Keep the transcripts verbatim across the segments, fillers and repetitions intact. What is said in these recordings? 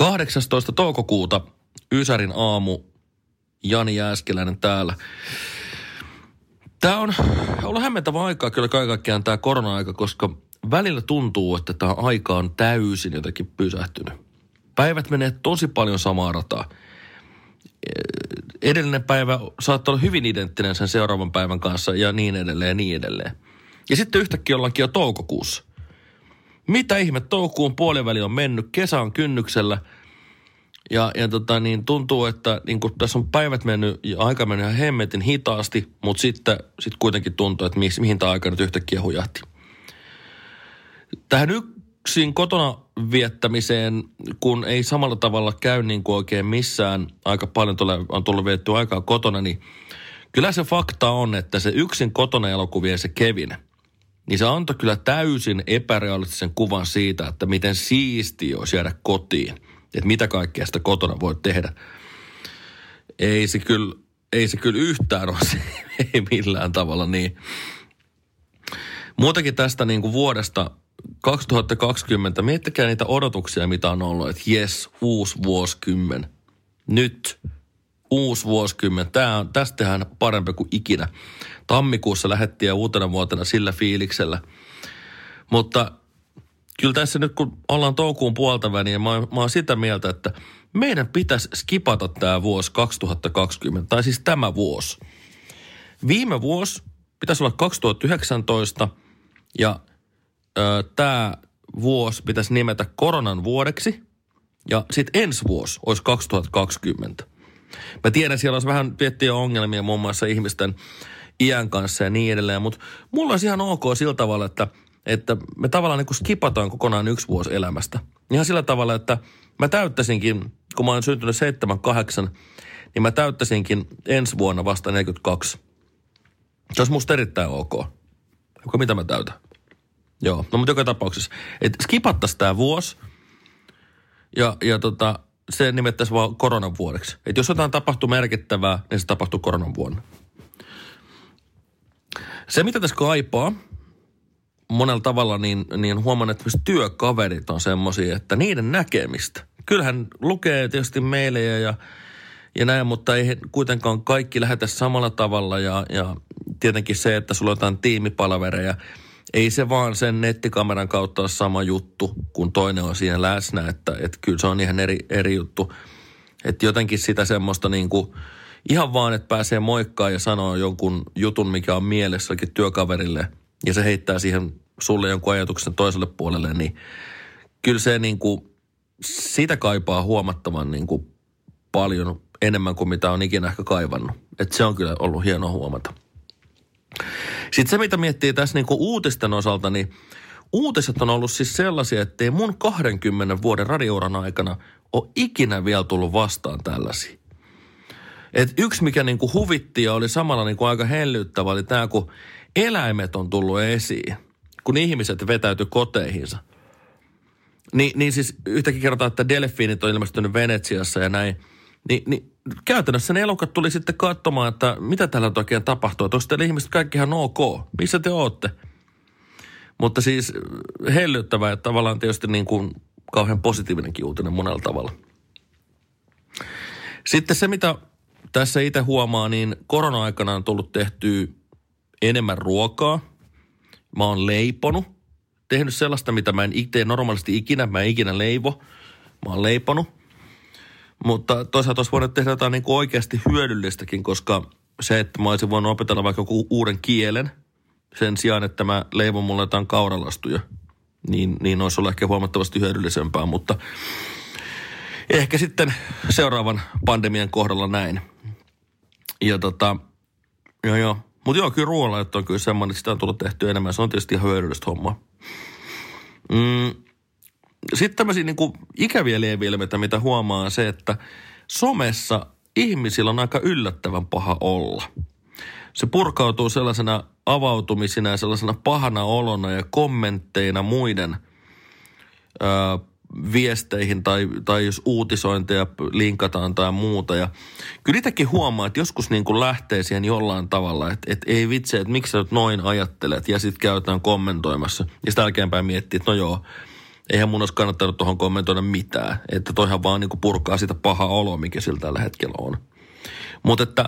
kahdeksastoista toukokuuta Ysärin aamu, Jani Jääskeläinen täällä. Tämä on ollut hämmentävä aikaa kyllä kaiken kaikkiaan tämä korona-aika, koska välillä tuntuu, että tämä aika on täysin jotenkin pysähtynyt. Päivät menee tosi paljon samaa rataa. Edellinen päivä saattaa olla hyvin identtinen sen seuraavan päivän kanssa ja niin edelleen ja niin edelleen. Ja sitten yhtäkkiä ollaankin jo toukokuussa. Mitä ihme, toukokuun puoliväli on mennyt, kesä on kynnyksellä ja, ja tota, niin tuntuu, että niin kun tässä on päivät mennyt ja aika mennyt ihan hemmetin hitaasti, mutta sitten sit kuitenkin tuntuu, että mihin, mihin tämä aika nyt yhtäkkiä hujahti. Tähän yksin kotona viettämiseen, kun ei samalla tavalla käy niin kuin oikein missään, aika paljon tule, on tullut viettyä aikaa kotona, niin kyllä se fakta on, että se yksin kotona elokuvien se Kevin, niin se antoi kyllä täysin epärealistisen kuvan siitä, että miten siistiä olisi jäädä kotiin. Että mitä kaikkea sitä kotona voi tehdä. Ei se kyllä, ei se kyllä yhtään ole se, ei millään tavalla niin. Muutenkin tästä niin kuin vuodesta kaksituhattakaksikymmentä, miettikää niitä odotuksia, mitä on ollut, että jes, uusi vuosikymmen. Nyt uusi vuosikymmen. Tämä on, tästä tehdään parempi kuin ikinä. Tammikuussa lähdettiin ja uutena vuotena sillä fiiliksellä. Mutta kyllä tässä nyt, kun ollaan toukokuun puolta väliin, mä, mä oon sitä mieltä, että meidän pitäisi skipata tämä vuosi kaksituhattakaksikymmentä, tai siis tämä vuosi. Viime vuosi pitäisi olla kaksituhattayhdeksäntoista, ja ö, tämä vuosi pitäisi nimetä koronan vuodeksi, ja sitten ensi vuosi olisi kaksituhattakaksikymmentä. Mä tiedän, siellä olisi vähän tiettyjä ongelmia muun muassa ihmisten iän kanssa ja niin edelleen, mutta mulla olisi ihan ok sillä tavalla, että, että me tavallaan niin kuin skipataan kokonaan yksi vuosi elämästä. Ihan sillä tavalla, että mä täyttäisinkin, kun mä olen syntynyt seitsemän kahdeksan, niin mä täyttäisinkin ensi vuonna vasta neljäkymmentäkaksi. Se olisi musta erittäin ok. Joko mitä mä täytän? Joo, no mutta joka tapauksessa. Että skipattaisiin tämä vuosi ja, ja tota, se nimettäisiin vaan koronan vuodeksi. Että jos jotain tapahtuu merkittävää, niin se tapahtuu koronan vuonna. Se, mitä tässä kaipaa monella tavalla, niin, niin huomaan, että myös työkaverit on semmoisia, että niiden näkemistä. Kyllähän lukee tietysti meilejä ja, ja näin, mutta ei kuitenkaan kaikki lähetä samalla tavalla. Ja, ja tietenkin se, että sulla on jotain tiimipalvereja, ei se vaan sen nettikameran kautta ole sama juttu, kun toinen on siinä läsnä. Että, että kyllä se on ihan eri, eri juttu. Että jotenkin sitä semmoista niin kuin ihan vaan, että pääsee moikkaan ja sanoo jonkun jutun, mikä on mielessä jollekin työkaverille, ja se heittää siihen sulle jonkun ajatuksen toiselle puolelle, niin kyllä se niin kuin, sitä kaipaa huomattavan niin kuin paljon enemmän kuin mitä on ikinä ehkä kaivannut. Että se on kyllä ollut hienoa huomata. Sitten se, mitä miettii tässä niin kuin uutisten osalta, niin uutiset on ollut siis sellaisia, että ei mun kahdenkymmenen vuoden radiouran aikana ole ikinä vielä tullut vastaan tällaisia. Et yksi, mikä niinku huvitti ja oli samalla niinku aika hellyttävä, oli tämä, kun eläimet on tullut esiin, kun ihmiset vetäytyi koteihinsa. Ni, niin siis yhtäkkiä kerrotaan, että delfiinit on ilmestynyt Venetsiassa ja näin. Ni, niin käytännössä ne elokat tuli sitten katsomaan, että mitä täällä oikein tapahtuu. Että onko teillä ihmiset kaikki ihan ok? Missä te ootte? Mutta siis hellyttävää ja tavallaan tietysti niin kuin kauhean positiivinenkin uutinen monella tavalla. Sitten se, mitä tässä itse huomaa, niin korona-aikana on tullut tehtyä enemmän ruokaa. Mä oon leiponut. Tehnyt sellaista, mitä mä en tee normaalisti ikinä. Mä en ikinä leivo. Mä oon leiponut. Mutta toisaalta olisi voinut tehdä jotain niin kuin oikeasti hyödyllistäkin, koska se, että mä olisin voinut opetella vaikka joku uuden kielen sen sijaan, että mä leivon mulle jotain kauralastuja, niin, niin olisi ollut ehkä huomattavasti hyödyllisempää, mutta ehkä sitten seuraavan pandemian kohdalla näin. Ja tota, joo joo. Mutta joo, kyllä ruoanlaitto on kyllä semmoinen, että sitä on tullut tehtyä enemmän. Se on tietysti ihan hyödyllistä hommaa. Mm. Sitten tämmöisiä niin kuin ikäviä lieveilmiöitä, mitä huomaa, on se, että somessa ihmisillä on aika yllättävän paha olla. Se purkautuu sellaisena avautumisina ja sellaisena pahana olona ja kommentteina muiden öö, viesteihin tai, tai jos uutisointeja linkataan tai muuta. Ja kyllä itsekin huomaa, että joskus niin kuin lähtee siihen jollain tavalla, että, että ei vitsi, että miksi sä nyt noin ajattelet ja sitten käytetään kommentoimassa. Ja sitä jälkeenpäin miettii, että no joo, eihän mun olisi kannattanut tuohon kommentoida mitään. Että toihan vaan niin kuin purkaa sitä pahaa oloa, mikä sillä tällä hetkellä on. Mutta että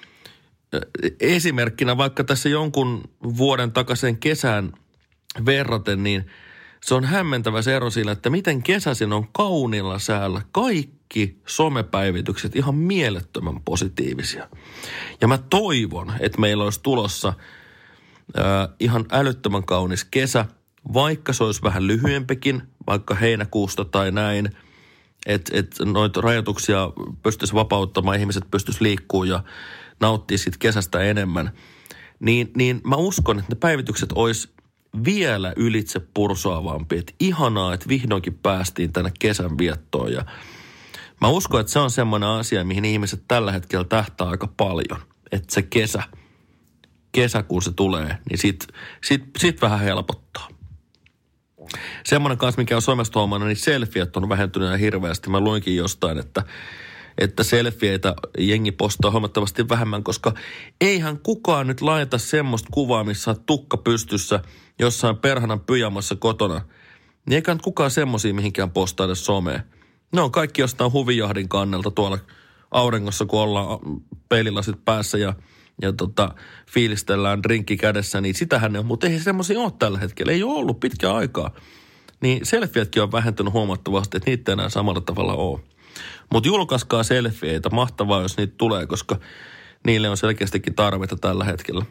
esimerkkinä vaikka tässä jonkun vuoden takaisin kesään verraten, niin se on hämmentävä se ero sillä, että miten kesäisin on kauniilla säällä kaikki somepäivitykset ihan mielettömän positiivisia. Ja mä toivon, että meillä olisi tulossa äh, ihan älyttömän kaunis kesä, vaikka se olisi vähän lyhyempikin, vaikka heinäkuusta tai näin, että et noita rajoituksia pystyisi vapauttamaan, ihmiset pystyisi liikkumaan ja nauttia siitä kesästä enemmän. Niin, niin mä uskon, että ne päivitykset olisi vielä ylitse pursoavampi. Että ihanaa, että vihdoinkin päästiin tänne kesän viettoon. Ja mä uskon, että se on semmoinen asia, mihin ihmiset tällä hetkellä tähtää aika paljon. Että se kesä, kesä kun se tulee, niin sit, sit, sit vähän helpottaa. Semmoinen kanssa, mikä on somesta huomannut, niin selfiet on vähentynyt hirveästi. Mä luinkin jostain, että että selfieitä jengi postaa huomattavasti vähemmän, koska eihän kukaan nyt laita semmoista kuvaa, missä on tukka pystyssä jossain perhanan pyjamassa kotona. Niin eikä nyt kukaan semmoisia mihinkään postaa edes someen. Ne on kaikki jostain huvijahdin kannelta tuolla auringossa, kun ollaan peililasit päässä ja, ja tota, fiilistellään drinkki kädessä, niin sitähän ne on. Mutta ei semmoisia ole tällä hetkellä, ei ole ollut pitkään aikaa. Niin selfietkin on vähentynyt huomattavasti, että niitä enää samalla tavalla ole. Mutta julkaiskaa selfieitä, mahtavaa jos niitä tulee, koska niille on selkeästikin tarvetta tällä hetkellä.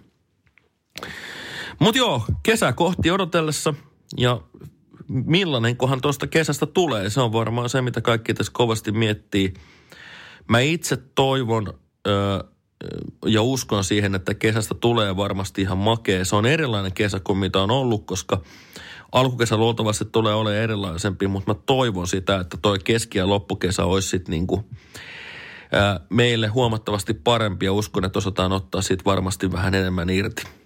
Mutta joo, kesä kohti odotellessa ja millainenkohan tuosta kesästä tulee, se on varmaan se, mitä kaikki tässä kovasti miettii. Mä itse toivon öö, ja uskon siihen, että kesästä tulee varmasti ihan makea. Se on erilainen kesä kuin mitä on ollut, koska alkukesä luultavasti tulee olemaan erilaisempi, mutta mä toivon sitä, että toi keski- ja loppukesä olisi sitten niinku, ää, meille huomattavasti parempi ja uskon, että osataan ottaa siitä varmasti vähän enemmän irti.